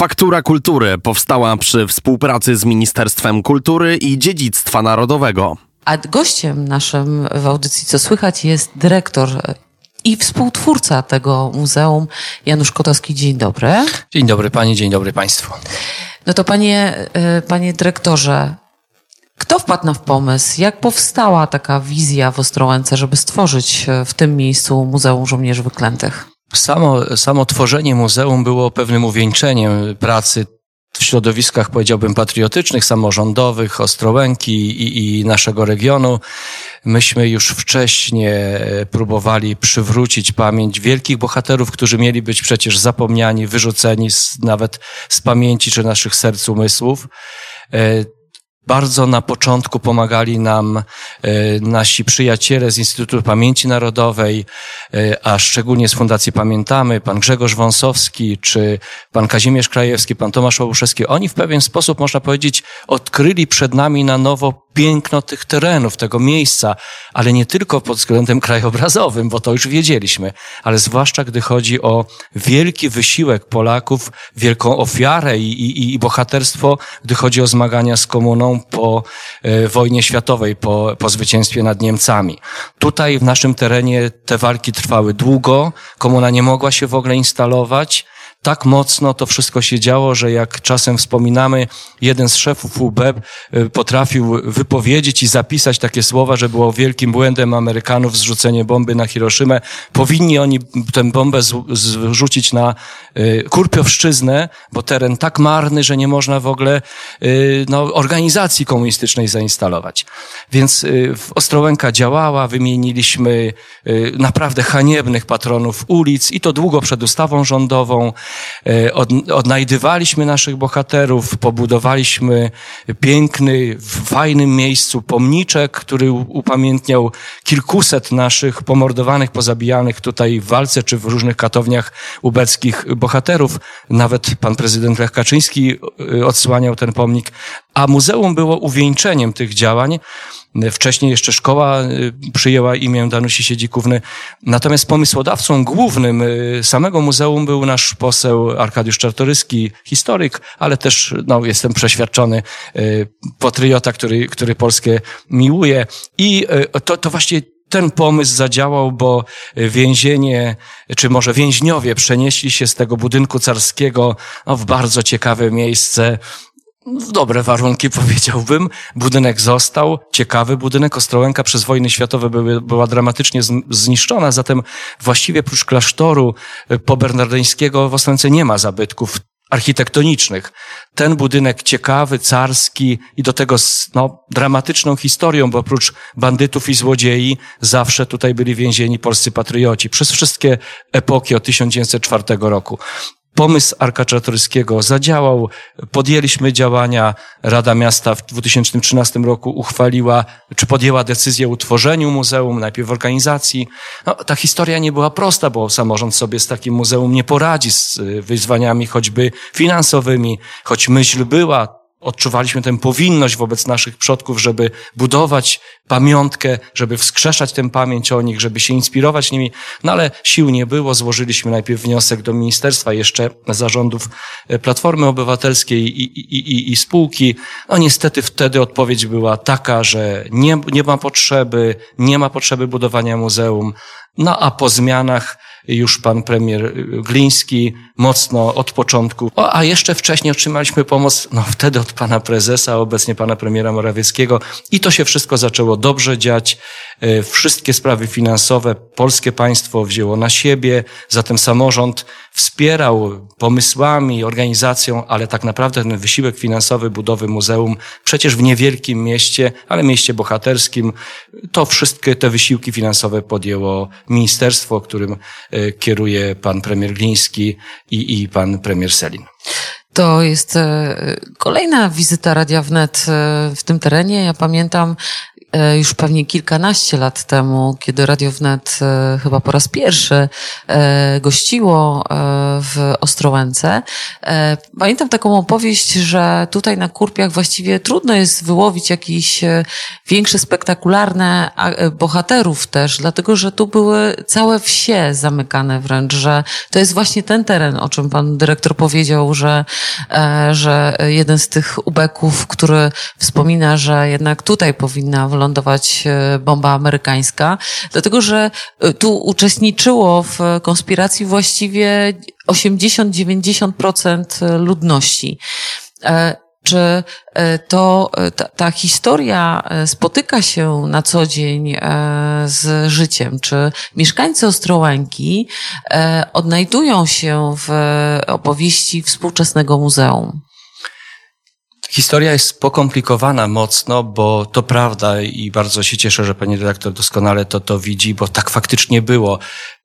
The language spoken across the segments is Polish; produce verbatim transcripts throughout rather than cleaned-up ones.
Faktura Kultury powstała przy współpracy z Ministerstwem Kultury i Dziedzictwa Narodowego. A gościem naszym w audycji Co Słychać jest dyrektor i współtwórca tego muzeum, Janusz Kotowski. Dzień dobry. Dzień dobry pani, dzień dobry państwu. No to panie, panie dyrektorze, kto wpadł na pomysł? Jak powstała taka wizja w Ostrołęce, żeby stworzyć w tym miejscu Muzeum Żołnierzy Wyklętych? Samo, samo tworzenie muzeum było pewnym uwieńczeniem pracy w środowiskach, powiedziałbym, patriotycznych, samorządowych, Ostrołęki i, i naszego regionu. Myśmy już wcześniej próbowali przywrócić pamięć wielkich bohaterów, którzy mieli być przecież zapomniani, wyrzuceni z, nawet z pamięci czy naszych serc, umysłów. Bardzo na początku pomagali nam e, nasi przyjaciele z Instytutu Pamięci Narodowej, e, a szczególnie z Fundacji Pamiętamy, pan Grzegorz Wąsowski, czy pan Kazimierz Krajewski, pan Tomasz Łabuszewski. Oni w pewien sposób, można powiedzieć, odkryli przed nami na nowo piękno tych terenów, tego miejsca, ale nie tylko pod względem krajobrazowym, bo to już wiedzieliśmy, ale zwłaszcza gdy chodzi o wielki wysiłek Polaków, wielką ofiarę i, i, i bohaterstwo, gdy chodzi o zmagania z komuną po e, wojnie światowej, po, po zwycięstwie nad Niemcami. Tutaj w naszym terenie te walki trwały długo, komuna nie mogła się w ogóle instalować. Tak mocno to wszystko się działo, że jak czasem wspominamy, jeden z szefów U B potrafił wypowiedzieć i zapisać takie słowa, że było wielkim błędem Amerykanów zrzucenie bomby na Hiroszymę. Powinni oni tę bombę zrzucić na Kurpiowszczyznę, bo teren tak marny, że nie można w ogóle no, organizacji komunistycznej zainstalować. Więc Ostrołęka działała, wymieniliśmy naprawdę haniebnych patronów ulic i to długo przed ustawą rządową. Od, odnajdywaliśmy naszych bohaterów, pobudowaliśmy piękny, w fajnym miejscu pomniczek, który upamiętniał kilkuset naszych pomordowanych, pozabijanych tutaj w walce czy w różnych katowniach ubeckich bohaterów. Nawet pan prezydent Lech Kaczyński odsłaniał ten pomnik, a muzeum było uwieńczeniem tych działań. Wcześniej jeszcze szkoła przyjęła imię Danusi Siedzikówny. Natomiast pomysłodawcą głównym samego muzeum był nasz poseł Arkadiusz Czartoryski, historyk, ale też, no, jestem przeświadczony, patriota, który, który Polskę miłuje. I to, to właśnie ten pomysł zadziałał, bo więzienie, czy może więźniowie przenieśli się z tego budynku carskiego no, w bardzo ciekawe miejsce, w dobre warunki, powiedziałbym. Budynek został, ciekawy budynek. Ostrołęka przez wojny światowe były, była dramatycznie zniszczona, zatem właściwie prócz klasztoru pobernardyńskiego w Ostrołęce nie ma zabytków architektonicznych. Ten budynek ciekawy, carski i do tego z no, dramatyczną historią, bo oprócz bandytów i złodziei zawsze tutaj byli więzieni polscy patrioci przez wszystkie epoki od tysiąc dziewięćset czwartego roku. Pomysł Arka Czartoryskiego zadziałał, podjęliśmy działania. Rada Miasta w dwa tysiące trzynastym roku uchwaliła, czy podjęła decyzję o utworzeniu muzeum, najpierw w organizacji. No, ta historia nie była prosta, bo samorząd sobie z takim muzeum nie poradzi z wyzwaniami choćby finansowymi, choć myśl była. Odczuwaliśmy tę powinność wobec naszych przodków, żeby budować pamiątkę, żeby wskrzeszać tę pamięć o nich, żeby się inspirować nimi. No ale sił nie było. Złożyliśmy najpierw wniosek do ministerstwa, jeszcze zarządów Platformy Obywatelskiej i, i, i, i spółki. No niestety wtedy odpowiedź była taka, że nie, nie ma potrzeby, nie ma potrzeby budowania muzeum. No a po zmianach już pan premier Gliński mocno od początku, o, a jeszcze wcześniej otrzymaliśmy pomoc, no wtedy od pana prezesa, obecnie pana premiera Morawieckiego i to się wszystko zaczęło dobrze dziać. Wszystkie sprawy finansowe polskie państwo wzięło na siebie, zatem samorząd wspierał pomysłami, organizacją, ale tak naprawdę ten wysiłek finansowy budowy muzeum przecież w niewielkim mieście, ale mieście bohaterskim, to wszystkie te wysiłki finansowe podjęło ministerstwo, którym kieruje pan premier Gliński i, i pan premier Selin. To jest kolejna wizyta Radia Wnet w tym terenie. Ja pamiętam, już pewnie kilkanaście lat temu, kiedy Radio Wnet chyba po raz pierwszy gościło w Ostrołęce. Pamiętam taką opowieść, że tutaj na Kurpiach właściwie trudno jest wyłowić jakieś większe, spektakularne bohaterów też, dlatego że tu były całe wsie zamykane wręcz, że to jest właśnie ten teren, o czym pan dyrektor powiedział, że, że jeden z tych ubeków, który wspomina, że jednak tutaj powinna wylądować bomba amerykańska, dlatego że tu uczestniczyło w konspiracji właściwie osiemdziesiąt do dziewięćdziesięciu procent ludności. Czy to, ta, ta historia spotyka się na co dzień z życiem? Czy mieszkańcy Ostrołęki odnajdują się w opowieści współczesnego muzeum? Historia jest pokomplikowana mocno, bo to prawda i bardzo się cieszę, że pani redaktor doskonale to, to widzi, bo tak faktycznie było.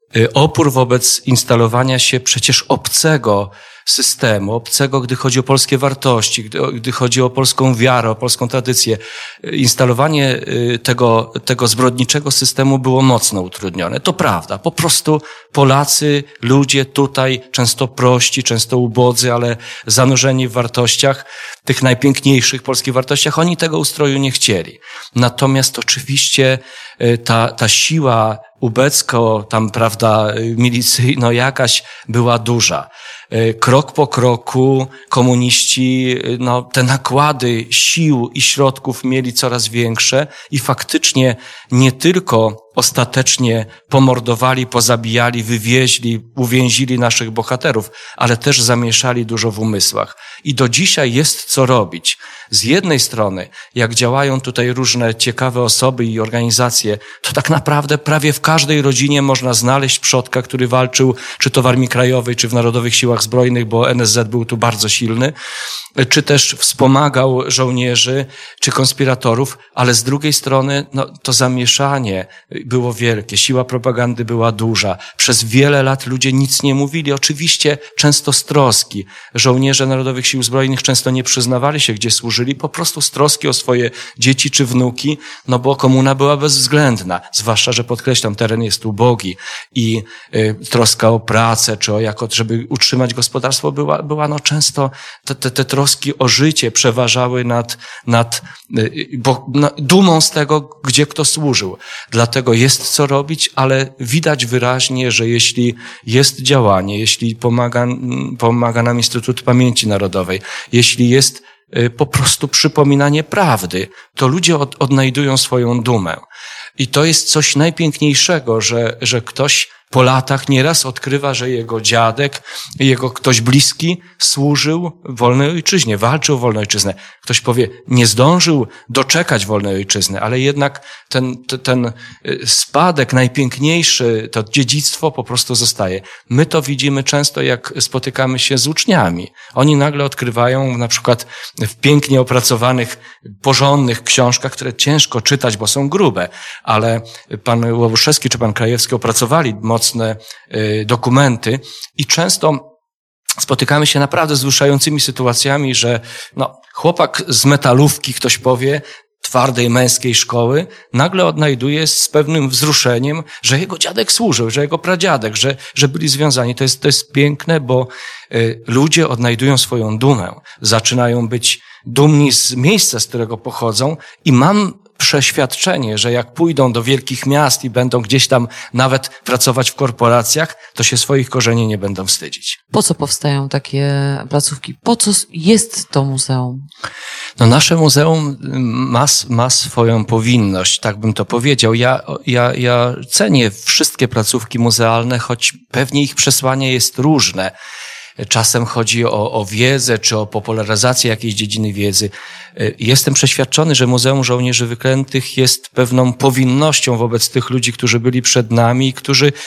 Opór wobec instalowania się przecież obcego systemu, obcego, gdy chodzi o polskie wartości, gdy, gdy chodzi o polską wiarę, o polską tradycję. Instalowanie tego, tego zbrodniczego systemu było mocno utrudnione. To prawda. Po prostu Polacy, ludzie tutaj, często prości, często ubodzy, ale zanurzeni w wartościach, tych najpiękniejszych polskich wartościach, oni tego ustroju nie chcieli. Natomiast oczywiście ta, ta siła ubecko, tam, prawda, milicyjno jakaś była duża. Krok po kroku komuniści, no, te nakłady sił i środków mieli coraz większe i faktycznie nie tylko ostatecznie pomordowali, pozabijali, wywieźli, uwięzili naszych bohaterów, ale też zamieszali dużo w umysłach. I do dzisiaj jest co robić. Z jednej strony, jak działają tutaj różne ciekawe osoby i organizacje, to tak naprawdę prawie w każdej rodzinie można znaleźć przodka, który walczył, czy to w Armii Krajowej, czy w Narodowych Siłach Zbrojnych, bo N S Z był tu bardzo silny, czy też wspomagał żołnierzy, czy konspiratorów, ale z drugiej strony, no, to zamieszanie było wielkie, siła propagandy była duża. Przez wiele lat ludzie nic nie mówili, oczywiście często z troski. Żołnierze Narodowych Sił Zbrojnych często nie przyznawali się, gdzie służyli, po prostu z troski o swoje dzieci czy wnuki, no bo komuna była bezwzględna, zwłaszcza, że podkreślam, teren jest ubogi i y, troska o pracę, czy o jako, żeby utrzymać gospodarstwo była, była no często, te, te, te troski o życie przeważały nad, nad y, bo, no, dumą z tego, gdzie kto służył. Dlatego jest co robić, ale widać wyraźnie, że jeśli jest działanie, jeśli pomaga, pomaga nam Instytut Pamięci Narodowej, jeśli jest po prostu przypominanie prawdy, to ludzie od, odnajdują swoją dumę. I to jest coś najpiękniejszego, że, że ktoś po latach nieraz odkrywa, że jego dziadek, jego ktoś bliski służył wolnej ojczyźnie, walczył o wolną ojczyznę. Ktoś powie, nie zdążył doczekać wolnej ojczyzny, ale jednak ten, ten spadek najpiękniejszy, to dziedzictwo po prostu zostaje. My to widzimy często, jak spotykamy się z uczniami. Oni nagle odkrywają na przykład w pięknie opracowanych, porządnych książkach, które ciężko czytać, bo są grube, ale pan Łobuszewski czy pan Krajewski opracowali mocne y, dokumenty i często spotykamy się naprawdę z wzruszającymi sytuacjami, że no, chłopak z metalówki, ktoś powie, twardej męskiej szkoły, nagle odnajduje z pewnym wzruszeniem, że jego dziadek służył, że jego pradziadek, że, że byli związani. To jest, to jest piękne, bo y, ludzie odnajdują swoją dumę, zaczynają być dumni z miejsca, z którego pochodzą i mam przeświadczenie, że jak pójdą do wielkich miast i będą gdzieś tam nawet pracować w korporacjach, to się swoich korzeni nie będą wstydzić. Po co powstają takie placówki? Po co jest to muzeum? No nasze muzeum ma, ma swoją powinność, tak bym to powiedział. Ja, ja, ja cenię wszystkie placówki muzealne, choć pewnie ich przesłanie jest różne. Czasem chodzi o, o wiedzę, czy o popularyzację jakiejś dziedziny wiedzy. Jestem przeświadczony, że Muzeum Żołnierzy Wyklętych jest pewną powinnością wobec tych ludzi, którzy byli przed nami i którzy no, po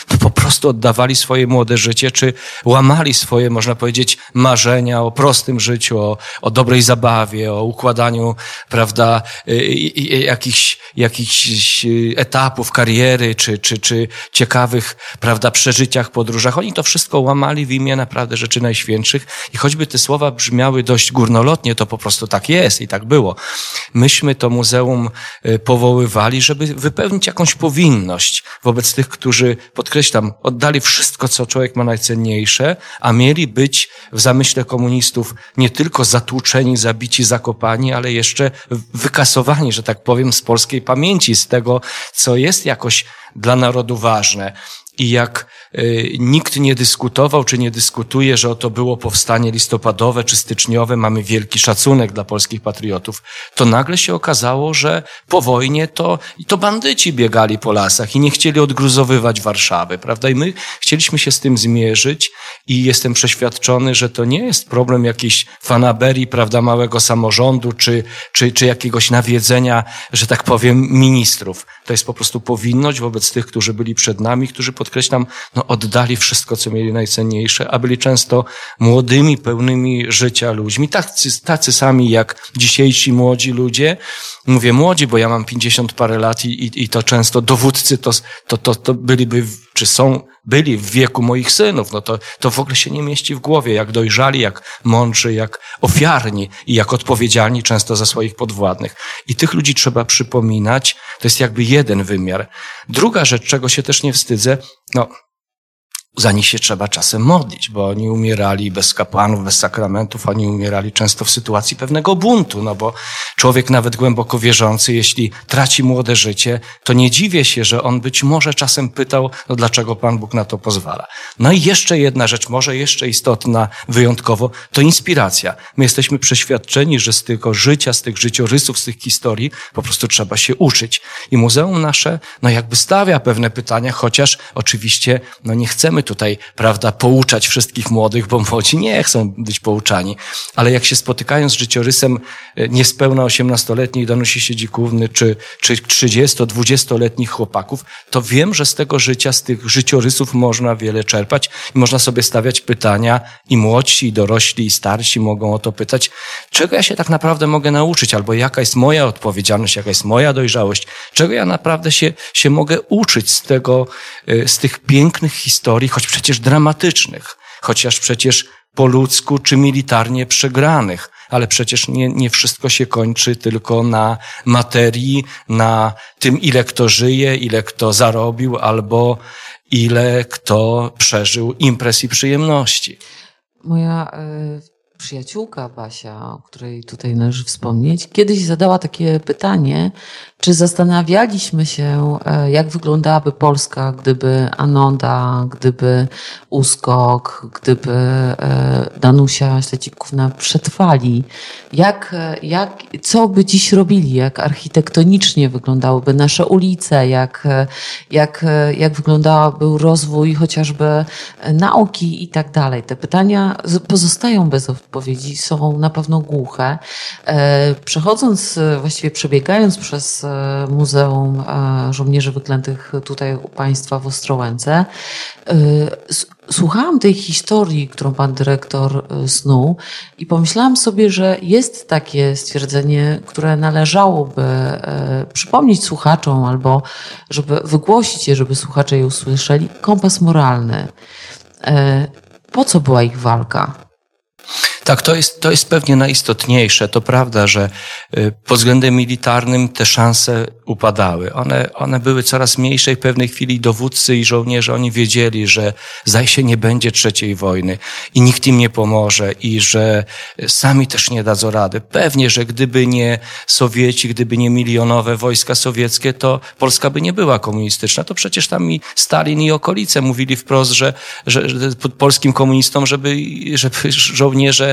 prostu oddawali swoje młode życie, czy łamali swoje, można powiedzieć, marzenia o prostym życiu, o, o dobrej zabawie, o układaniu, prawda, jakichś, jakichś etapów kariery, czy, czy, czy ciekawych, prawda, przeżyciach, podróżach. Oni to wszystko łamali w imię naprawdę rzeczy najświętszych i choćby te słowa brzmiały dość górnolotnie, to po prostu tak jest i tak było. Myśmy to muzeum powoływali, żeby wypełnić jakąś powinność wobec tych, którzy, podkreślam, oddali wszystko, co człowiek ma najcenniejsze, a mieli być w zamyśle komunistów nie tylko zatłuczeni, zabici, zakopani, ale jeszcze wykasowani, że tak powiem, z polskiej pamięci, z tego, co jest jakoś dla narodu ważne. I jak y, nikt nie dyskutował, czy nie dyskutuje, że oto było powstanie listopadowe czy styczniowe, mamy wielki szacunek dla polskich patriotów, to nagle się okazało, że po wojnie to, i to bandyci biegali po lasach i nie chcieli odgruzowywać Warszawy, prawda? I my chcieliśmy się z tym zmierzyć i jestem przeświadczony, że to nie jest problem jakiejś fanaberii, prawda, małego samorządu, czy, czy, czy jakiegoś nawiedzenia, że tak powiem, ministrów. To jest po prostu powinność wobec tych, którzy byli przed nami, którzy, podkreślam, no, oddali wszystko, co mieli najcenniejsze, a byli często młodymi, pełnymi życia ludźmi, tacy, tacy sami jak dzisiejsi młodzi ludzie. Mówię młodzi, bo ja mam pięćdziesiąt parę lat i, i, i to często dowódcy to, to, to, to byliby, czy są, byli w wieku moich synów. No to, to w ogóle się nie mieści w głowie, jak dojrzali, jak mądrzy, jak ofiarni i jak odpowiedzialni często za swoich podwładnych. I tych ludzi trzeba przypominać. To jest jakby jeden wymiar. Druga rzecz, czego się też nie wstydzę, no, za nich się trzeba czasem modlić, bo oni umierali bez kapłanów, bez sakramentów, oni umierali często w sytuacji pewnego buntu, no bo człowiek nawet głęboko wierzący, jeśli traci młode życie, to nie dziwię się, że on być może czasem pytał, no dlaczego Pan Bóg na to pozwala. No i jeszcze jedna rzecz, może jeszcze istotna wyjątkowo, to inspiracja. My jesteśmy przeświadczeni, że z tego życia, z tych życiorysów, z tych historii po prostu trzeba się uczyć. I muzeum nasze, no jakby stawia pewne pytania, chociaż oczywiście, no nie chcemy tutaj, prawda, pouczać wszystkich młodych, bo młodzi nie chcą być pouczani. Ale jak się spotykają z życiorysem niespełna osiemnastoletniej Danusi Siedzikówny, czy, czy trzydziesto-dwudziestoletnich chłopaków, to wiem, że z tego życia, z tych życiorysów można wiele czerpać i można sobie stawiać pytania i młodsi, i dorośli, i starsi mogą o to pytać, czego ja się tak naprawdę mogę nauczyć, albo jaka jest moja odpowiedzialność, jaka jest moja dojrzałość, czego ja naprawdę się, się mogę uczyć z tego, z tych pięknych historii, choć przecież dramatycznych, chociaż przecież po ludzku czy militarnie przegranych, ale przecież nie, nie wszystko się kończy tylko na materii, na tym, ile kto żyje, ile kto zarobił, albo ile kto przeżył imprez i przyjemności. Moja y przyjaciółka Basia, o której tutaj należy wspomnieć, kiedyś zadała takie pytanie, czy zastanawialiśmy się, jak wyglądałaby Polska, gdyby Anonda, gdyby Uskok, gdyby Danusia Siedzikówna przetrwali. Jak, jak, co by dziś robili, jak architektonicznie wyglądałyby nasze ulice, jak, jak, jak wyglądałby rozwój chociażby nauki i tak dalej. Te pytania pozostają bez odpowiedzi, są na pewno głuche. Przechodząc, właściwie przebiegając przez Muzeum Żołnierzy Wyklętych tutaj u Państwa w Ostrołęce, słuchałam tej historii, którą Pan Dyrektor snuł i pomyślałam sobie, że jest takie stwierdzenie, które należałoby przypomnieć słuchaczom albo żeby wygłosić je, żeby słuchacze je usłyszeli. Kompas moralny. Po co była ich walka? Tak, to jest, to jest pewnie najistotniejsze. To prawda, że pod względem militarnym te szanse upadały. One, one były coraz mniejsze i w pewnej chwili dowódcy i żołnierze, oni wiedzieli, że zdaje się nie będzie trzeciej wojny i nikt im nie pomoże i że sami też nie dadzą rady. Pewnie, że gdyby nie Sowieci, gdyby nie milionowe wojska sowieckie, to Polska by nie była komunistyczna. To przecież tam i Stalin i okolice mówili wprost, że, że, że polskim komunistom, żeby, żeby żołnierze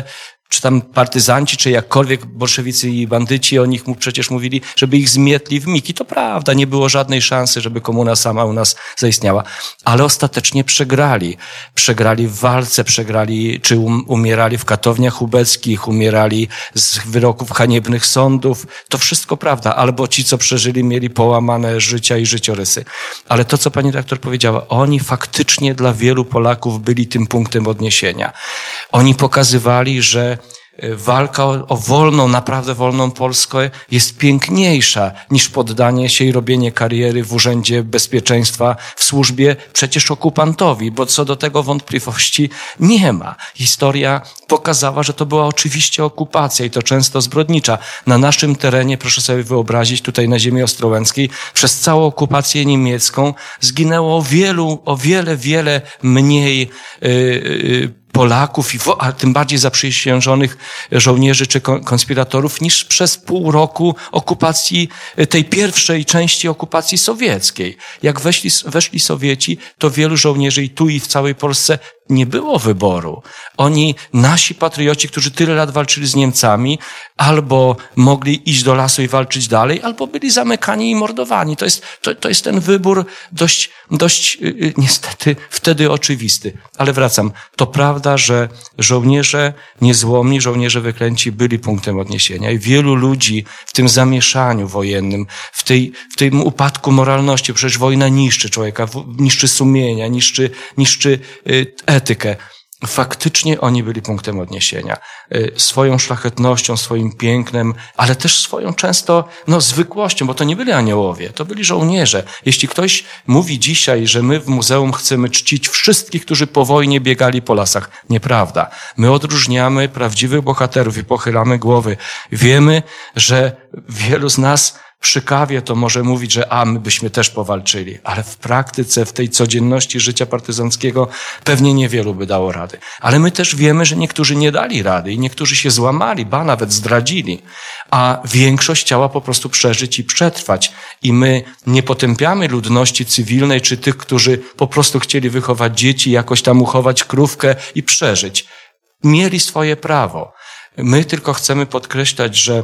czy tam partyzanci, czy jakkolwiek bolszewicy i bandyci o nich mu przecież mówili, żeby ich zmietli w miki. To prawda, nie było żadnej szansy, żeby komuna sama u nas zaistniała. Ale ostatecznie przegrali. Przegrali w walce, przegrali, czy um, umierali w katowniach ubeckich, umierali z wyroków haniebnych sądów. To wszystko prawda. Albo ci, co przeżyli, mieli połamane życia i życiorysy. Ale to, co pani redaktor powiedziała, oni faktycznie dla wielu Polaków byli tym punktem odniesienia. Oni pokazywali, że walka o, o wolną, naprawdę wolną Polskę jest piękniejsza niż poddanie się i robienie kariery w Urzędzie Bezpieczeństwa w służbie przecież okupantowi, bo co do tego wątpliwości nie ma. Historia pokazała, że to była oczywiście okupacja i to często zbrodnicza. Na naszym terenie, proszę sobie wyobrazić, tutaj na ziemi ostrołęckiej, przez całą okupację niemiecką zginęło o wielu, o wiele, wiele mniej yy, yy, Polaków, a tym bardziej zaprzysiężonych żołnierzy czy konspiratorów niż przez pół roku okupacji, tej pierwszej części okupacji sowieckiej. Jak weszli, weszli Sowieci, to wielu żołnierzy i tu i w całej Polsce nie było wyboru. Oni, nasi patrioci, którzy tyle lat walczyli z Niemcami, albo mogli iść do lasu i walczyć dalej, albo byli zamykani i mordowani. To jest, to, to jest ten wybór dość, dość yy, niestety wtedy oczywisty. Ale wracam. To prawda, że żołnierze niezłomni, żołnierze wyklęci byli punktem odniesienia i wielu ludzi w tym zamieszaniu wojennym, w, tej, w tym upadku moralności, przecież wojna niszczy człowieka, niszczy sumienia, niszczy, niszczy yy, etykę. Faktycznie oni byli punktem odniesienia. Swoją szlachetnością, swoim pięknem, ale też swoją często, no, zwykłością, bo to nie byli aniołowie, to byli żołnierze. Jeśli ktoś mówi dzisiaj, że my w muzeum chcemy czcić wszystkich, którzy po wojnie biegali po lasach, nieprawda. My odróżniamy prawdziwych bohaterów i pochylamy głowy. Wiemy, że wielu z nas przy kawie to może mówić, że a, my byśmy też powalczyli, ale w praktyce, w tej codzienności życia partyzanckiego pewnie niewielu by dało rady. Ale my też wiemy, że niektórzy nie dali rady i niektórzy się złamali, ba, nawet zdradzili, a większość chciała po prostu przeżyć i przetrwać. I my nie potępiamy ludności cywilnej czy tych, którzy po prostu chcieli wychować dzieci, jakoś tam uchować krówkę i przeżyć. Mieli swoje prawo. My tylko chcemy podkreślać, że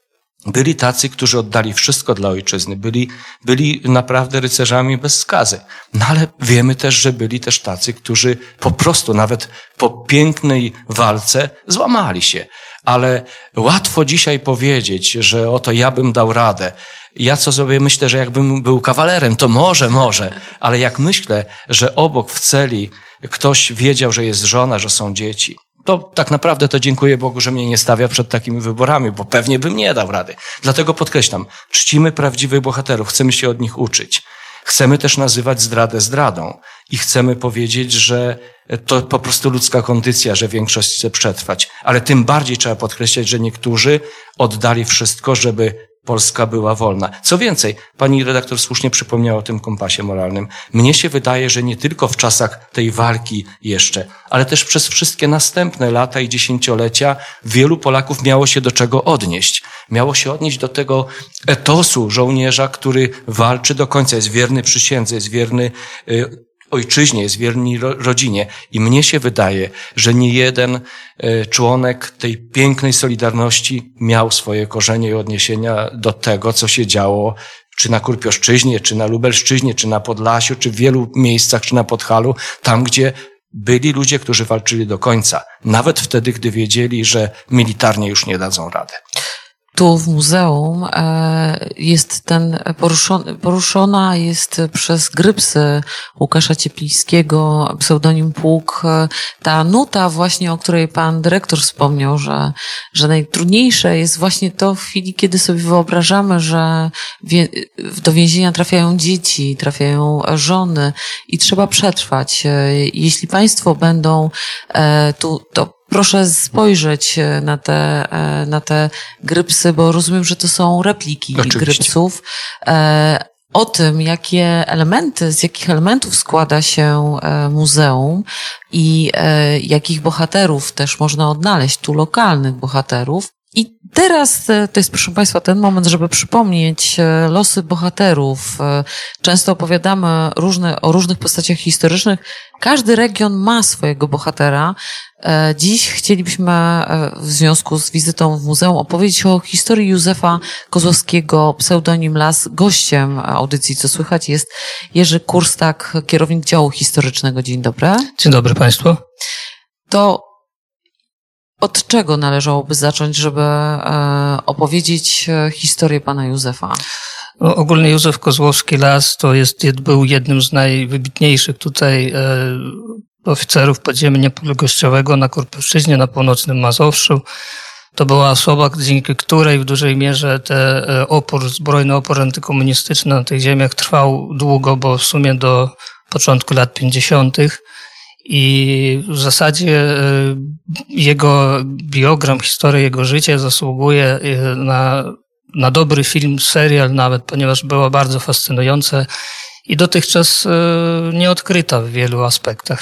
byli tacy, którzy oddali wszystko dla ojczyzny, byli, byli naprawdę rycerzami bez skazy. No ale wiemy też, że byli też tacy, którzy po prostu nawet po pięknej walce złamali się. Ale łatwo dzisiaj powiedzieć, że oto ja bym dał radę. Ja co sobie myślę, że jakbym był kawalerem, to może, może. Ale jak myślę, że obok w celi ktoś wiedział, że jest żona, że są dzieci, to tak naprawdę to dziękuję Bogu, że mnie nie stawia przed takimi wyborami, bo pewnie bym nie dał rady. Dlatego podkreślam, czcimy prawdziwych bohaterów, chcemy się od nich uczyć. Chcemy też nazywać zdradę zdradą i chcemy powiedzieć, że to po prostu ludzka kondycja, że większość chce przetrwać. Ale tym bardziej trzeba podkreślać, że niektórzy oddali wszystko, żeby Polska była wolna. Co więcej, pani redaktor słusznie przypomniała o tym kompasie moralnym. Mnie się wydaje, że nie tylko w czasach tej walki jeszcze, ale też przez wszystkie następne lata i dziesięciolecia wielu Polaków miało się do czego odnieść. Miało się odnieść do tego etosu żołnierza, który walczy do końca, jest wierny przysiędze, jest wierny y, ojczyźnie, jest wierny rodzinie. I mnie się wydaje, że nie jeden członek tej pięknej Solidarności miał swoje korzenie i odniesienia do tego, co się działo czy na Kurpiowszczyźnie, czy na Lubelszczyźnie, czy na Podlasiu, czy w wielu miejscach, czy na Podhalu, tam gdzie byli ludzie, którzy walczyli do końca. Nawet wtedy, gdy wiedzieli, że militarnie już nie dadzą rady. Tu w muzeum jest ten poruszony, poruszona jest przez Grypsy Łukasza Cieplińskiego, pseudonim Pług, ta nuta właśnie, o której pan dyrektor wspomniał, że, że najtrudniejsze jest właśnie to w chwili, kiedy sobie wyobrażamy, że wie, do więzienia trafiają dzieci, trafiają żony i trzeba przetrwać. Jeśli państwo będą tu, to proszę spojrzeć na te, na te Grypsy, bo rozumiem, że to są repliki Oczywiście. Grypsów. O tym, jakie elementy, z jakich elementów składa się muzeum i jakich bohaterów też można odnaleźć, tu lokalnych bohaterów. I teraz to jest, proszę Państwa, ten moment, żeby przypomnieć losy bohaterów. Często opowiadamy różne, o różnych postaciach historycznych. Każdy region ma swojego bohatera. Dziś chcielibyśmy w związku z wizytą w muzeum opowiedzieć o historii Józefa Kozłowskiego, pseudonim Las. Gościem audycji Co Słychać jest Jerzy Kurstak, kierownik działu historycznego. Dzień dobry. Dzień dobry Państwu. To od czego należałoby zacząć, żeby opowiedzieć historię pana Józefa? No, ogólnie Józef Kozłowski Las to jest, był jednym z najwybitniejszych tutaj e, oficerów podziemia niepodległościowego na Kurpiowszczyźnie, na północnym Mazowszu. To była osoba, dzięki której w dużej mierze ten opór, zbrojny opór antykomunistyczny na tych ziemiach trwał długo, bo w sumie do początku lat pięćdziesiątych. I w zasadzie jego biogram, historia jego życia zasługuje na, na dobry film, serial nawet, ponieważ była bardzo fascynująca i dotychczas nieodkryta w wielu aspektach.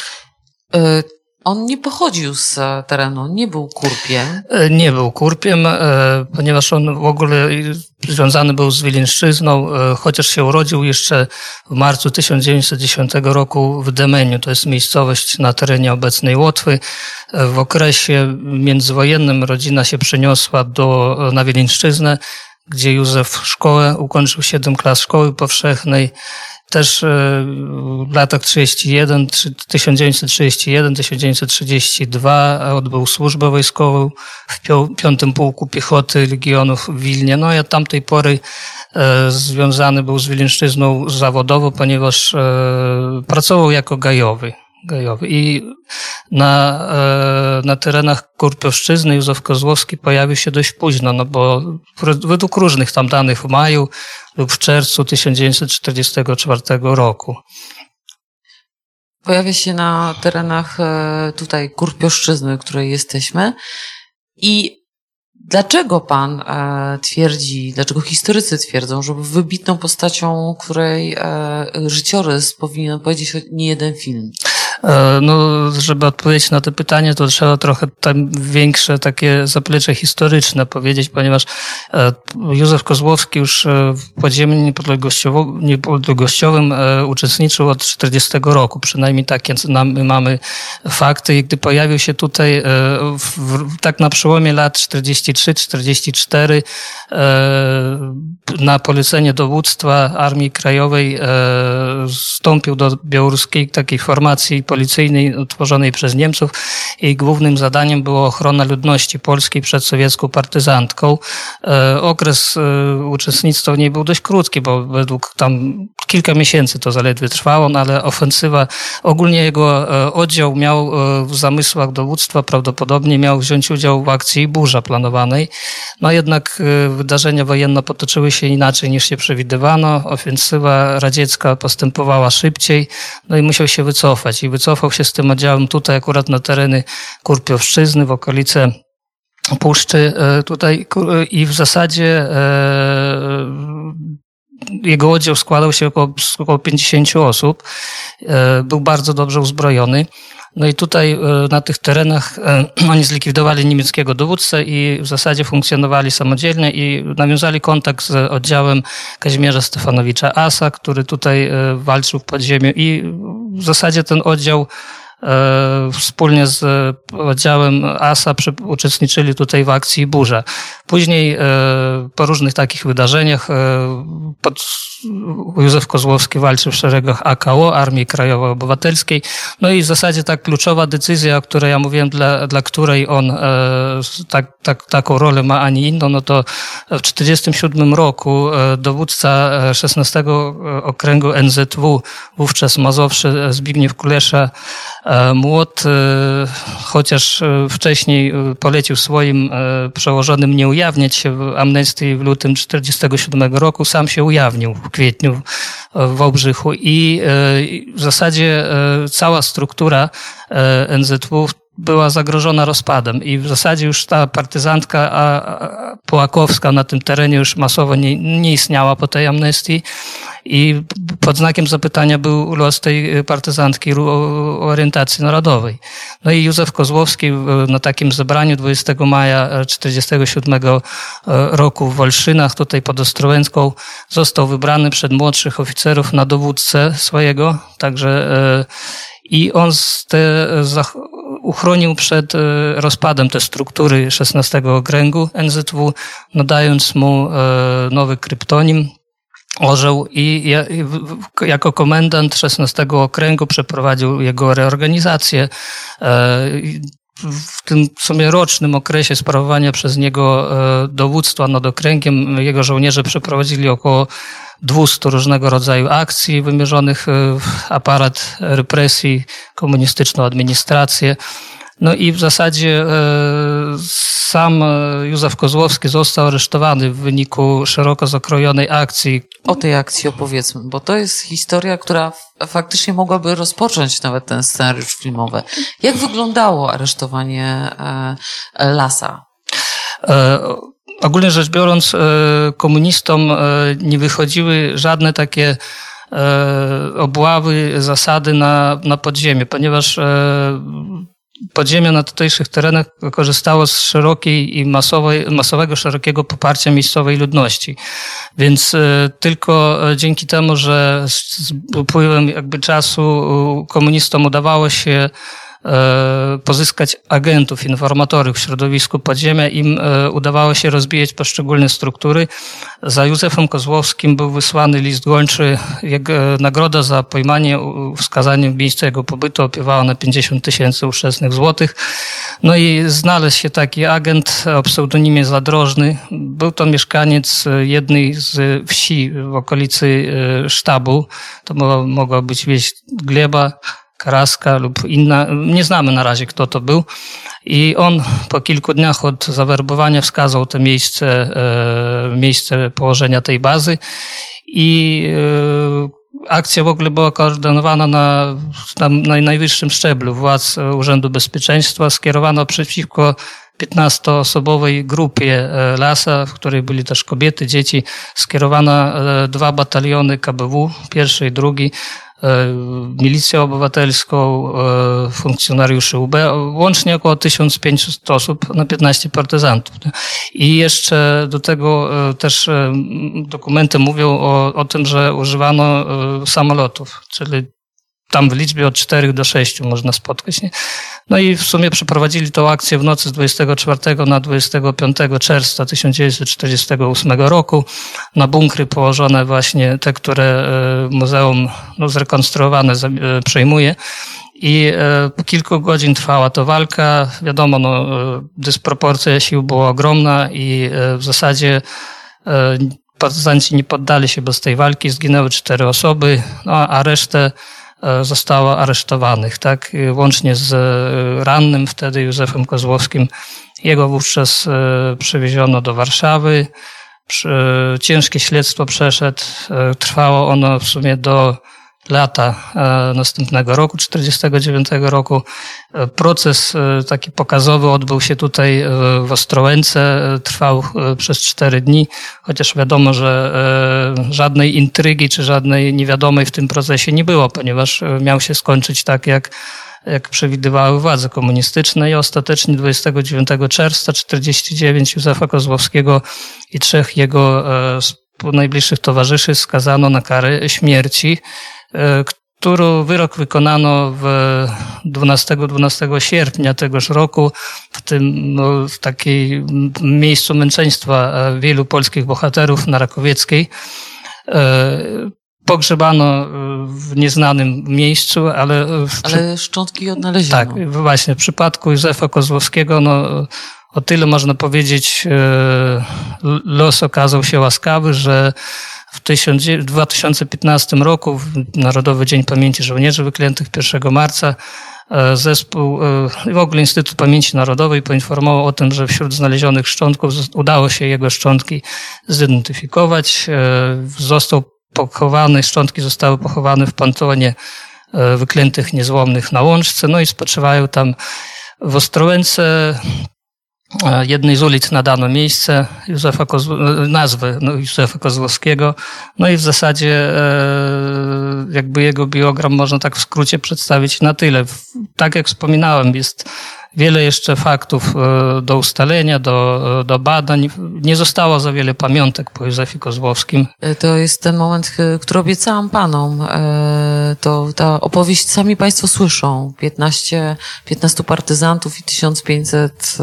On nie pochodził z terenu, nie był kurpiem. Nie był kurpiem, ponieważ on w ogóle związany był z Wileńszczyzną, chociaż się urodził jeszcze w marcu tysiąc dziewięćset dziesiątego roku w Demeniu. To jest miejscowość na terenie obecnej Łotwy. W okresie międzywojennym rodzina się przeniosła do, na Wileńszczyznę, gdzie Józef szkołę, ukończył siedem klas szkoły powszechnej. Też w latach tysiąc dziewięćset trzydziestym pierwszym do tysiąc dziewięćset trzydziestego drugiego odbył służbę wojskową w piątym Pułku Piechoty Legionów w Wilnie. No i od tamtej pory związany był z Wileńszczyzną zawodowo, ponieważ pracował jako gajowy. gajowy. I na, na terenach Kurpiowszczyzny Józef Kozłowski pojawił się dość późno, no bo według różnych tam danych w maju lub w czerwcu tysiąc dziewięćset czterdziestego czwartego roku. Pojawia się na terenach tutaj Kurpiowszczyzny, w której jesteśmy. I dlaczego pan twierdzi, dlaczego historycy twierdzą, że był wybitną postacią, której życiorys powinien powiedzieć nie jeden film? No, żeby odpowiedzieć na to pytanie, to trzeba trochę tam większe takie zaplecze historyczne powiedzieć, ponieważ Józef Kozłowski już w podziemiu niepodległościowym uczestniczył od czterdziestego roku. Przynajmniej takie mamy fakty. I gdy pojawił się tutaj w, tak na przełomie lat czterdziesty trzeci czterdziesty czwarty na polecenie dowództwa Armii Krajowej wstąpił do białoruskiej takiej formacji policyjnej utworzonej przez Niemców. Jej głównym zadaniem była ochrona ludności polskiej przed sowiecką partyzantką. Okres uczestnictwa w niej był dość krótki, bo według tam kilka miesięcy to zaledwie trwało, no ale ofensywa, ogólnie jego oddział miał w zamysłach dowództwa, prawdopodobnie miał wziąć udział w akcji Burza planowanej. No jednak wydarzenia wojenne potoczyły się inaczej niż się przewidywano. Ofensywa radziecka postępowała szybciej, no i musiał się wycofać. I wycofał się z tym oddziałem tutaj akurat na tereny Kurpiowszczyzny, w okolice Puszczy tutaj i w zasadzie jego oddział składał się około, około pięćdziesięciu osób. Był bardzo dobrze uzbrojony. No i tutaj na tych terenach oni zlikwidowali niemieckiego dowódcę i w zasadzie funkcjonowali samodzielnie i nawiązali kontakt z oddziałem Kazimierza Stefanowicza Asa, który tutaj walczył w podziemiu i w zasadzie ten oddział wspólnie z oddziałem Asa uczestniczyli tutaj w akcji Burza. Później po różnych takich wydarzeniach pod Józef Kozłowski walczył w szeregach A K O, Armii Krajowej Obywatelskiej. No i w zasadzie ta kluczowa decyzja, o której ja mówiłem, dla, dla której on tak, tak, taką rolę ma, a nie inną, no to w tysiąc dziewięćset czterdziestym siódmym roku dowódca szesnastego Okręgu N Z W, wówczas Mazowsze, Zbigniew Kulesza Młot, chociaż wcześniej polecił swoim przełożonym nie ujawniać się w amnestii w lutym tysiąc dziewięćset czterdziestego siódmego roku, sam się ujawnił w kwietniu w Wałbrzychu i w zasadzie cała struktura N Z W była zagrożona rozpadem i w zasadzie już ta partyzantka połakowska na tym terenie już masowo nie, nie istniała po tej amnestii i pod znakiem zapytania był los tej partyzantki o orientacji narodowej. No i Józef Kozłowski na takim zebraniu dwudziestego maja tysiąc dziewięćset czterdziestego siódmego roku w Olszynach, tutaj pod Ostrołęcką, został wybrany przed młodszych oficerów na dowódcę swojego, także i on te, uchronił przed rozpadem te struktury szesnastego Okręgu N Z W, nadając mu nowy kryptonim Orzeł i jako komendant szesnastego Okręgu przeprowadził jego reorganizację. W tym w sumie rocznym okresie sprawowania przez niego dowództwa nad okręgiem jego żołnierze przeprowadzili około dwustu różnego rodzaju akcji wymierzonych w aparat represji, komunistyczną administrację. No i w zasadzie sam Józef Kozłowski został aresztowany w wyniku szeroko zakrojonej akcji. O tej akcji opowiedzmy, bo to jest historia, która faktycznie mogłaby rozpocząć nawet ten scenariusz filmowy. Jak wyglądało aresztowanie Lasa? Ogólnie rzecz biorąc, komunistom nie wychodziły żadne takie obławy, zasady na, na podziemie, ponieważ podziemie na tutejszych terenach korzystało z szerokiej i masowej, masowego, szerokiego poparcia miejscowej ludności. Więc tylko dzięki temu, że z upływem jakby czasu komunistom udawało się pozyskać agentów, informatorów w środowisku podziemia, im udawało się rozbijać poszczególne struktury. Za Józefem Kozłowskim był wysłany list gończy. Jak nagroda za pojmanie, wskazanie miejsca jego pobytu opiewała na pięćdziesiąt tysięcy ówczesnych złotych. No i znalazł się taki agent o pseudonimie Zadrożny. Był to mieszkaniec jednej z wsi w okolicy sztabu. To mogła być wieś Gleba, Karaska lub inna, nie znamy na razie, kto to był. I on po kilku dniach od zawerbowania wskazał to miejsce, miejsce położenia tej bazy i akcja w ogóle była koordynowana na, na najwyższym szczeblu władz Urzędu Bezpieczeństwa, skierowana przeciwko piętnastoosobowej grupie Lasa, w której byli też kobiety, dzieci, skierowana dwa bataliony K B W, pierwszy i drugi, milicję obywatelską, funkcjonariuszy U B, łącznie około tysiąc pięćset osób na piętnaście partyzantów. I jeszcze do tego też dokumenty mówią o, o tym, że używano samolotów, czyli tam w liczbie od czterech do sześciu można spotkać. Nie? No i w sumie przeprowadzili tą akcję w nocy z dwudziestego czwartego na dwudziestego piątego czerwca tysiąc dziewięćset czterdziestego ósmego roku na bunkry położone właśnie te, które muzeum no, zrekonstruowane przejmuje. I po kilku godzin trwała to walka. Wiadomo, no, dysproporcja sił była ogromna i w zasadzie partyzanci nie poddali się bez tej walki. Zginęły cztery osoby, no, a resztę zostało aresztowanych, tak? Łącznie z rannym wtedy Józefem Kozłowskim. Jego wówczas przewieziono do Warszawy. Ciężkie śledztwo przeszedł. Trwało ono w sumie do lata następnego roku, czterdziestego dziewiątego roku. Proces taki pokazowy odbył się tutaj w Ostrołęce, trwał przez cztery dni, chociaż wiadomo, że żadnej intrygi czy żadnej niewiadomej w tym procesie nie było, ponieważ miał się skończyć tak, jak jak przewidywały władze komunistyczne i ostatecznie dwudziestego dziewiątego czerwca czterdziestego dziewiątego Józefa Kozłowskiego i trzech jego najbliższych towarzyszy skazano na karę śmierci, którą wyrok wykonano w dwunastego dwunastego sierpnia tegoż roku w tym no, w takiej miejscu męczeństwa wielu polskich bohaterów na Rakowieckiej. Pogrzebano w nieznanym miejscu, ale... W... Ale szczątki odnaleziono. Tak, właśnie. W przypadku Józefa Kozłowskiego, no, o tyle można powiedzieć, los okazał się łaskawy, że w dwa tysiące piętnastym roku, w Narodowy Dzień Pamięci Żołnierzy Wyklętych pierwszego marca, zespół, w ogóle Instytut Pamięci Narodowej poinformował o tym, że wśród znalezionych szczątków udało się jego szczątki zidentyfikować. Został pochowany, szczątki zostały pochowane w Panteonie Wyklętych Niezłomnych na Łączce, no i spoczywają tam W Ostrołęce jednej z ulic nadano miejsce Józefa Kozł- nazwę no, Józefa Kozłowskiego, no i w zasadzie jakby jego biogram można tak w skrócie przedstawić na tyle. Tak jak wspominałem, jest wiele jeszcze faktów do ustalenia, do, do badań. Nie zostało za wiele pamiątek po Józefie Kozłowskim. To jest ten moment, który obiecałam panom. To ta opowieść sami państwo słyszą. piętnaście, piętnastu partyzantów i tysiąc pięćset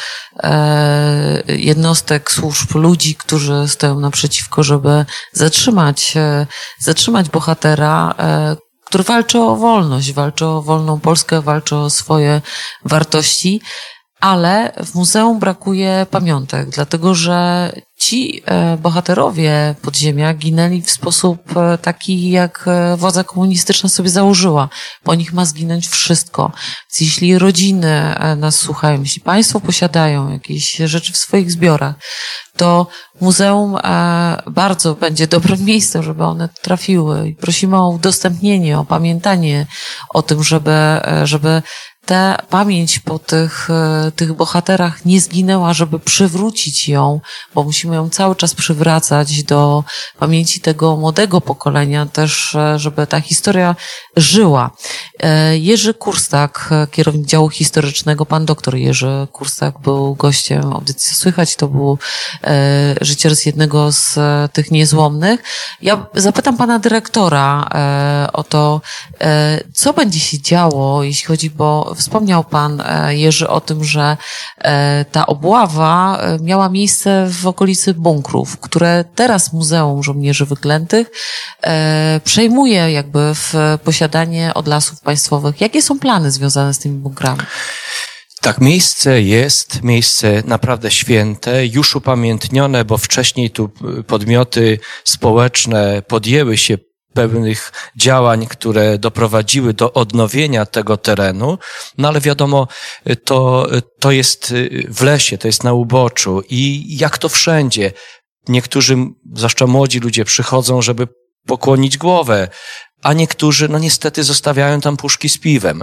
jednostek służb, ludzi, którzy stoją naprzeciwko, żeby zatrzymać, zatrzymać bohatera, który walczy o wolność, walczy o wolną Polskę, walczy o swoje wartości, ale w muzeum brakuje pamiątek, dlatego że ci bohaterowie podziemia ginęli w sposób taki, jak władza komunistyczna sobie założyła. Po nich ma zginąć wszystko. Więc jeśli rodziny nas słuchają, jeśli państwo posiadają jakieś rzeczy w swoich zbiorach, to muzeum bardzo będzie dobrym miejscem, żeby one trafiły. I prosimy o udostępnienie, o pamiętanie o tym, żeby, żeby ta pamięć po tych, tych bohaterach nie zginęła, żeby przywrócić ją, bo musimy ją cały czas przywracać do pamięci tego młodego pokolenia też, żeby ta historia żyła. Jerzy Kurstak, kierownik działu historycznego, pan doktor Jerzy Kurstak był gościem audycji Słychać, to był życiorys jednego z tych niezłomnych. Ja zapytam pana dyrektora o to, co będzie się działo, jeśli chodzi, bo wspomniał pan, Jerzy, o tym, że ta obława miała miejsce w okolicy bunkrów, które teraz Muzeum Żołnierzy Wyklętych przejmuje jakby w posiadanie od Lasów Państwowych. Jakie są plany związane z tymi bunkrami? Tak, miejsce jest, miejsce naprawdę święte, już upamiętnione, bo wcześniej tu podmioty społeczne podjęły się pewnych działań, które doprowadziły do odnowienia tego terenu, no ale wiadomo, to, to jest w lesie, to jest na uboczu i jak to wszędzie, niektórzy, zwłaszcza młodzi ludzie, przychodzą, żeby pokłonić głowę, a niektórzy, no niestety, zostawiają tam puszki z piwem.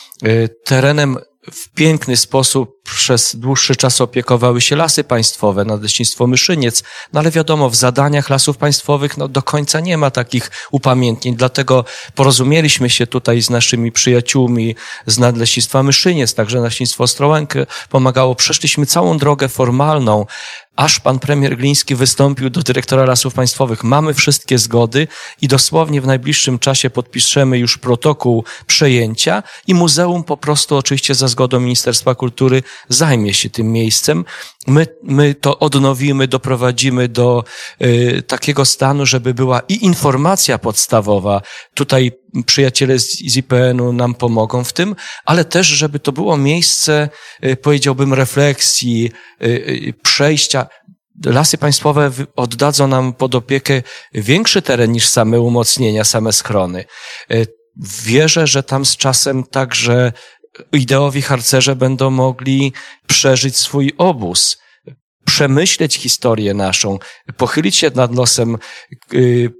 Terenem w piękny sposób przez dłuższy czas opiekowały się Lasy Państwowe, Nadleśnictwo Myszyniec, no ale wiadomo, w zadaniach Lasów Państwowych no do końca nie ma takich upamiętnień, dlatego porozumieliśmy się tutaj z naszymi przyjaciółmi z Nadleśnictwa Myszyniec, także Nadleśnictwo Ostrołękę pomagało, przeszliśmy całą drogę formalną, aż pan premier Gliński wystąpił do dyrektora Lasów Państwowych. Mamy wszystkie zgody i dosłownie w najbliższym czasie podpiszemy już protokół przejęcia i muzeum po prostu, oczywiście za zgodą Ministerstwa Kultury, zajmie się tym miejscem. My, my to odnowimy, doprowadzimy do y, takiego stanu, żeby była i informacja podstawowa. Tutaj przyjaciele z, z I P N u nam pomogą w tym, ale też, żeby to było miejsce, y, powiedziałbym, refleksji, y, y, przejścia. Lasy Państwowe oddadzą nam pod opiekę większy teren niż same umocnienia, same schrony. Y, wierzę, że tam z czasem także ideowi harcerze będą mogli przeżyć swój obóz, przemyśleć historię naszą, pochylić się nad losem yy,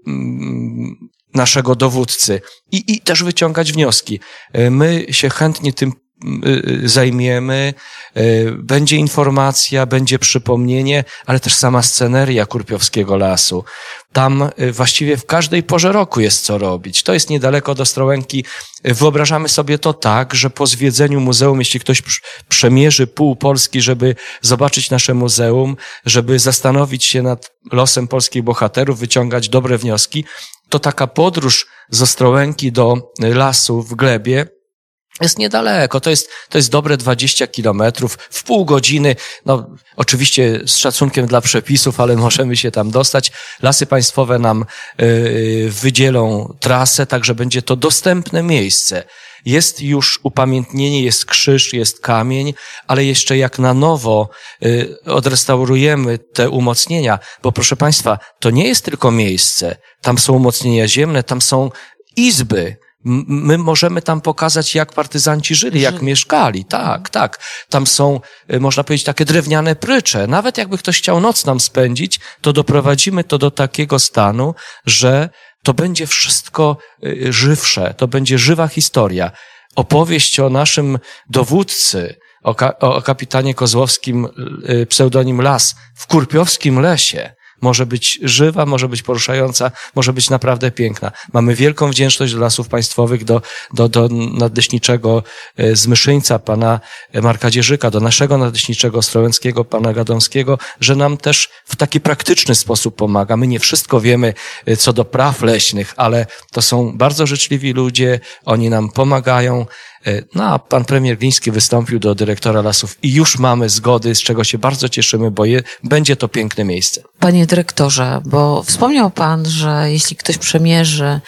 naszego dowódcy i, i też wyciągać wnioski. My się chętnie tym zajmiemy, będzie informacja, będzie przypomnienie, ale też sama sceneria Kurpiowskiego Lasu. Tam właściwie w każdej porze roku jest co robić. To jest niedaleko od Ostrołęki. Wyobrażamy sobie to tak, że po zwiedzeniu muzeum, jeśli ktoś przemierzy pół Polski, żeby zobaczyć nasze muzeum, żeby zastanowić się nad losem polskich bohaterów, wyciągać dobre wnioski, to taka podróż z Ostrołęki do lasu w Glebie jest niedaleko, to jest, to jest dobre dwadzieścia kilometrów, w pół godziny, no oczywiście z szacunkiem dla przepisów, ale możemy się tam dostać. Lasy Państwowe nam yy, wydzielą trasę, także będzie to dostępne miejsce. Jest już upamiętnienie, jest krzyż, jest kamień, ale jeszcze jak na nowo yy, odrestaurujemy te umocnienia, bo proszę Państwa, to nie jest tylko miejsce, tam są umocnienia ziemne, tam są izby. My możemy tam pokazać, jak partyzanci żyli, jak mieszkali. Tak, tak. Tam są, można powiedzieć, takie drewniane prycze. Nawet jakby ktoś chciał noc nam spędzić, to doprowadzimy to do takiego stanu, że to będzie wszystko żywsze, to będzie żywa historia. opowieść o naszym dowódcy, o, ka- o kapitanie Kozłowskim, pseudonim Las, w Kurpiowskim Lesie, może być żywa, może być poruszająca, może być naprawdę piękna. Mamy wielką wdzięczność do Lasów Państwowych, do, do, do nadleśniczego z Myszyńca, pana Marka Dzierżyka, do naszego nadleśniczego ostrołęckiego, pana Gadomskiego, że nam też w taki praktyczny sposób pomaga. My nie wszystko wiemy co do praw leśnych, ale to są bardzo życzliwi ludzie, oni nam pomagają. No a pan premier Gliński wystąpił do dyrektora lasów i już mamy zgody, z czego się bardzo cieszymy, bo je, będzie to piękne miejsce. Panie dyrektorze, bo wspomniał pan, że jeśli ktoś przemierzy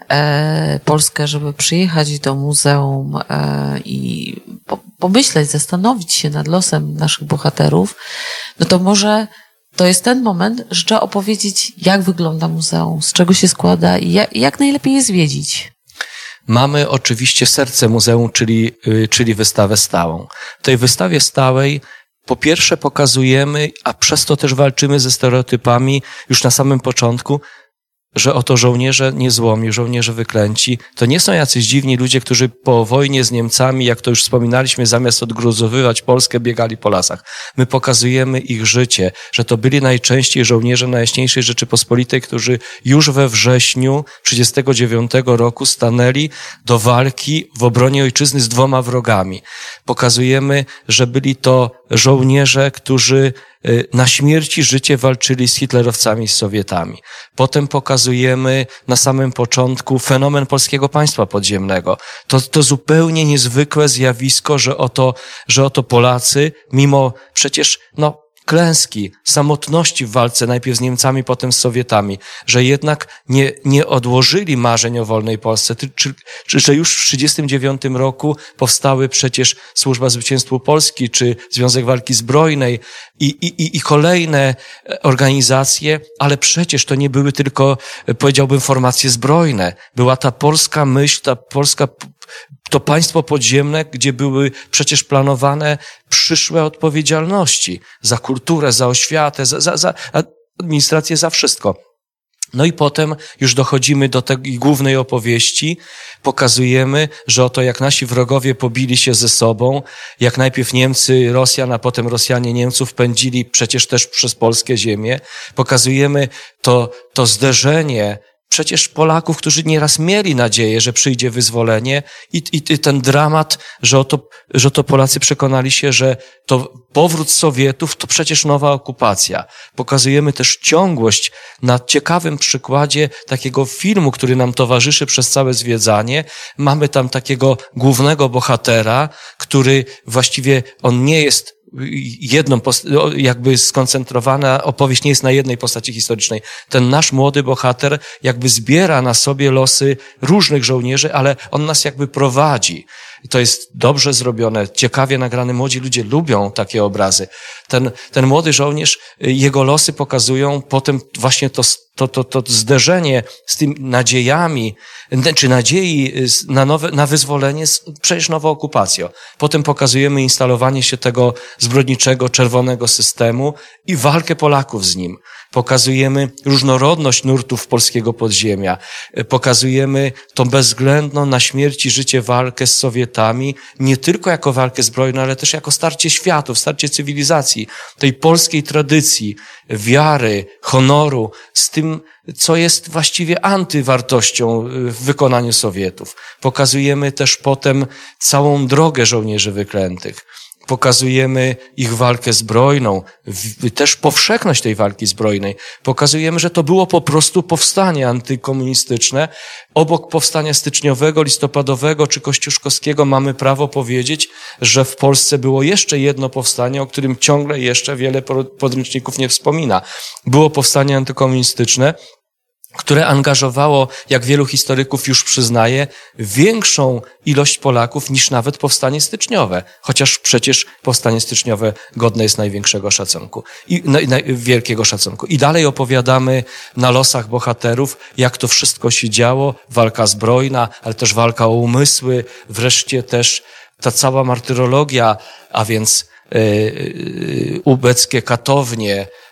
e, Polskę, żeby przyjechać do muzeum e, i po, pomyśleć, zastanowić się nad losem naszych bohaterów, no to może to jest ten moment, że trzeba opowiedzieć, jak wygląda muzeum, z czego się składa i jak, jak najlepiej je zwiedzić. Mamy oczywiście serce muzeum, czyli, czyli wystawę stałą. W tej wystawie stałej po pierwsze pokazujemy, a przez to też walczymy ze stereotypami już na samym początku, że oto żołnierze niezłomi, żołnierze wyklęci, to nie są jacyś dziwni ludzie, którzy po wojnie z Niemcami, jak to już wspominaliśmy, zamiast odgruzowywać Polskę, biegali po lasach. My pokazujemy ich życie, że to byli najczęściej żołnierze Najjaśniejszej Rzeczypospolitej, którzy już we wrześniu trzydziestego dziewiątego roku stanęli do walki w obronie ojczyzny z dwoma wrogami. Pokazujemy, że byli to żołnierze, którzy na śmierć i życie walczyli z hitlerowcami, z Sowietami. Potem pokazujemy na samym początku fenomen polskiego państwa podziemnego. To, to zupełnie niezwykłe zjawisko, że oto, że oto Polacy, mimo przecież, no, klęski, samotności w walce, najpierw z Niemcami, potem z Sowietami, że jednak nie, nie odłożyli marzeń o wolnej Polsce, czy, czy, że już w trzydziestym dziewiątym roku powstały przecież Służba Zwycięstwu Polski, czy Związek Walki Zbrojnej i, i, i kolejne organizacje, ale przecież to nie były tylko, powiedziałbym, formacje zbrojne. Była ta polska myśl, ta polska to państwo podziemne, gdzie były przecież planowane przyszłe odpowiedzialności za kulturę, za oświatę, za, za, za administrację, za wszystko. No i potem już dochodzimy do tej głównej opowieści, pokazujemy, że oto jak nasi wrogowie pobili się ze sobą, jak najpierw Niemcy Rosjan, a potem Rosjanie Niemców pędzili przecież też przez polskie ziemię. Pokazujemy to, to zderzenie przecież Polaków, którzy nieraz mieli nadzieję, że przyjdzie wyzwolenie i, i, i ten dramat, że oto, że oto Polacy przekonali się, że to powrót Sowietów to przecież nowa okupacja. Pokazujemy też ciągłość na ciekawym przykładzie takiego filmu, który nam towarzyszy przez całe zwiedzanie. Mamy tam takiego głównego bohatera, który właściwie on nie jest jedną, jakby skoncentrowana opowieść nie jest na jednej postaci historycznej. Ten nasz młody bohater jakby zbiera na sobie losy różnych żołnierzy, ale on nas jakby prowadzi. I to jest dobrze zrobione, ciekawie nagrane. Młodzi ludzie lubią takie obrazy. Ten, ten młody żołnierz, jego losy pokazują potem właśnie to, to, to, to zderzenie z tymi nadziejami, czy nadziei na nowe, na wyzwolenie, przecież nową okupacją. Potem pokazujemy instalowanie się tego zbrodniczego, czerwonego systemu i walkę Polaków z nim. Pokazujemy różnorodność nurtów polskiego podziemia. Pokazujemy tą bezwzględną na śmierć i życie walkę z Sowietami, nie tylko jako walkę zbrojną, ale też jako starcie światów, starcie cywilizacji, tej polskiej tradycji, wiary, honoru, z tym, co jest właściwie antywartością w wykonaniu Sowietów. Pokazujemy też potem całą drogę żołnierzy wyklętych. Pokazujemy ich walkę zbrojną, też powszechność tej walki zbrojnej. Pokazujemy, że to było po prostu powstanie antykomunistyczne. Obok powstania styczniowego, listopadowego czy kościuszkowskiego mamy prawo powiedzieć, że w Polsce było jeszcze jedno powstanie, o którym ciągle jeszcze wiele podręczników nie wspomina. Było powstanie antykomunistyczne, które angażowało, jak wielu historyków już przyznaje, większą ilość Polaków niż nawet powstanie styczniowe. Chociaż przecież powstanie styczniowe godne jest największego szacunku. I, no, i, wielkiego szacunku. I dalej opowiadamy na losach bohaterów, jak to wszystko się działo. Walka zbrojna, ale też walka o umysły. Wreszcie też ta cała martyrologia, a więc yy, ubeckie katownie,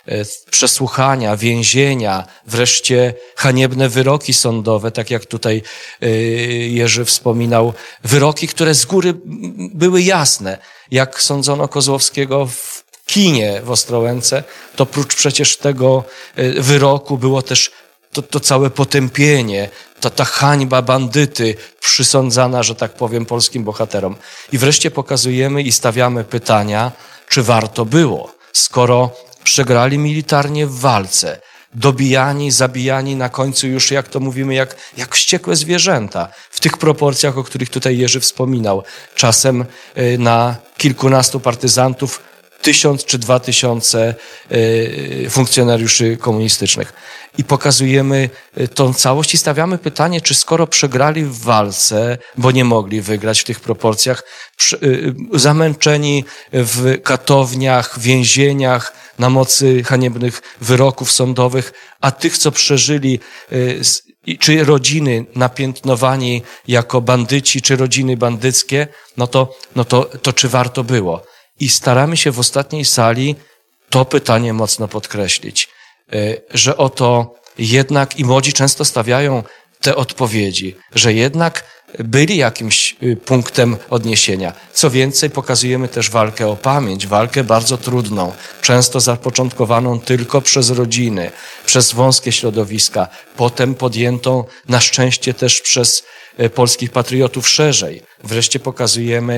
przesłuchania, więzienia, wreszcie haniebne wyroki sądowe, tak jak tutaj Jerzy wspominał, wyroki, które z góry były jasne. Jak sądzono Kozłowskiego w kinie w Ostrołęce, to prócz przecież tego wyroku było też to, to całe potępienie, to ta hańba bandyty przysądzana, że tak powiem, polskim bohaterom. I wreszcie pokazujemy i stawiamy pytania, czy warto było, skoro przegrali militarnie w walce, dobijani, zabijani na końcu już, jak to mówimy, jak, jak wściekłe zwierzęta. W tych proporcjach, o których tutaj Jerzy wspominał. Czasem na kilkunastu partyzantów tysiąc czy dwa tysiące funkcjonariuszy komunistycznych. I pokazujemy tą całość i stawiamy pytanie, czy skoro przegrali w walce, bo nie mogli wygrać w tych proporcjach, zamęczeni w katowniach, więzieniach na mocy haniebnych wyroków sądowych, a tych, co przeżyli, czy rodziny napiętnowani jako bandyci, czy rodziny bandyckie, no to, no to, to czy warto było? I staramy się w ostatniej sali to pytanie mocno podkreślić, że oto jednak i młodzi często stawiają te odpowiedzi, że jednak byli jakimś punktem odniesienia. Co więcej, pokazujemy też walkę o pamięć, walkę bardzo trudną, często zapoczątkowaną tylko przez rodziny, przez wąskie środowiska, potem podjętą na szczęście też przez polskich patriotów szerzej. Wreszcie pokazujemy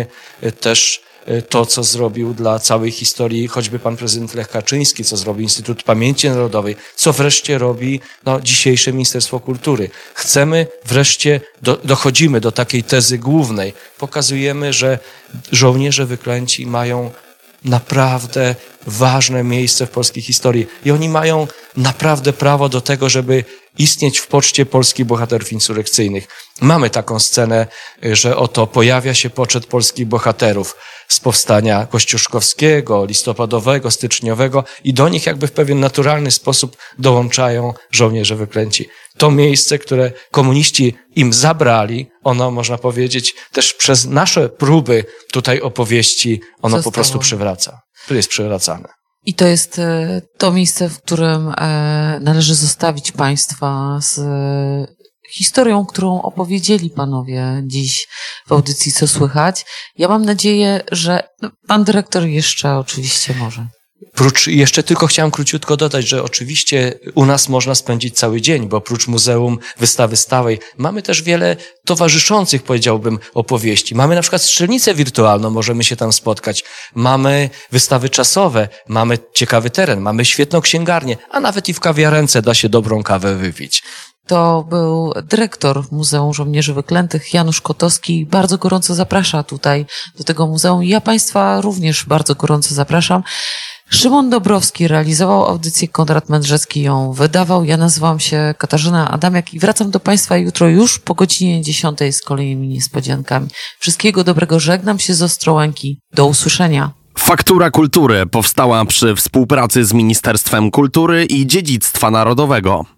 też to, co zrobił dla całej historii choćby pan prezydent Lech Kaczyński, co zrobił Instytut Pamięci Narodowej, co wreszcie robi no, dzisiejsze Ministerstwo Kultury. Chcemy wreszcie, do, dochodzimy do takiej tezy głównej. Pokazujemy, że żołnierze wyklęci mają naprawdę ważne miejsce w polskiej historii i oni mają naprawdę prawo do tego, żeby istnieć w poczcie polskich bohaterów insurekcyjnych. Mamy taką scenę, że oto pojawia się poczet polskich bohaterów z powstania kościuszkowskiego, listopadowego, styczniowego i do nich jakby w pewien naturalny sposób dołączają żołnierze wyklęci. To miejsce, które komuniści im zabrali, ono można powiedzieć też przez nasze próby tutaj opowieści, ono Zostało. po prostu przywraca. To jest przywracane. I to jest to miejsce, w którym należy zostawić Państwa z historią, którą opowiedzieli Panowie dziś w audycji Co Słychać. Ja mam nadzieję, że Pan Dyrektor jeszcze oczywiście może. Prócz, jeszcze tylko chciałem króciutko dodać, że oczywiście u nas można spędzić cały dzień, bo oprócz muzeum, wystawy stałej, mamy też wiele towarzyszących, powiedziałbym, opowieści. Mamy na przykład strzelnicę wirtualną, możemy się tam spotkać. Mamy wystawy czasowe, mamy ciekawy teren, mamy świetną księgarnię, a nawet i w kawiarence da się dobrą kawę wypić. To był dyrektor Muzeum Żołnierzy Wyklętych, Janusz Kotowski. Bardzo gorąco zaprasza tutaj do tego muzeum. Ja Państwa również bardzo gorąco zapraszam. Szymon Dobrowski realizował audycję, Konrad Mędrzecki ją wydawał. Ja nazywam się Katarzyna Adamiak i wracam do Państwa jutro już po godzinie dziesiątej z kolejnymi niespodziankami. Wszystkiego dobrego, żegnam się z Ostrołęki. Do usłyszenia. Faktura Kultury powstała przy współpracy z Ministerstwem Kultury i Dziedzictwa Narodowego.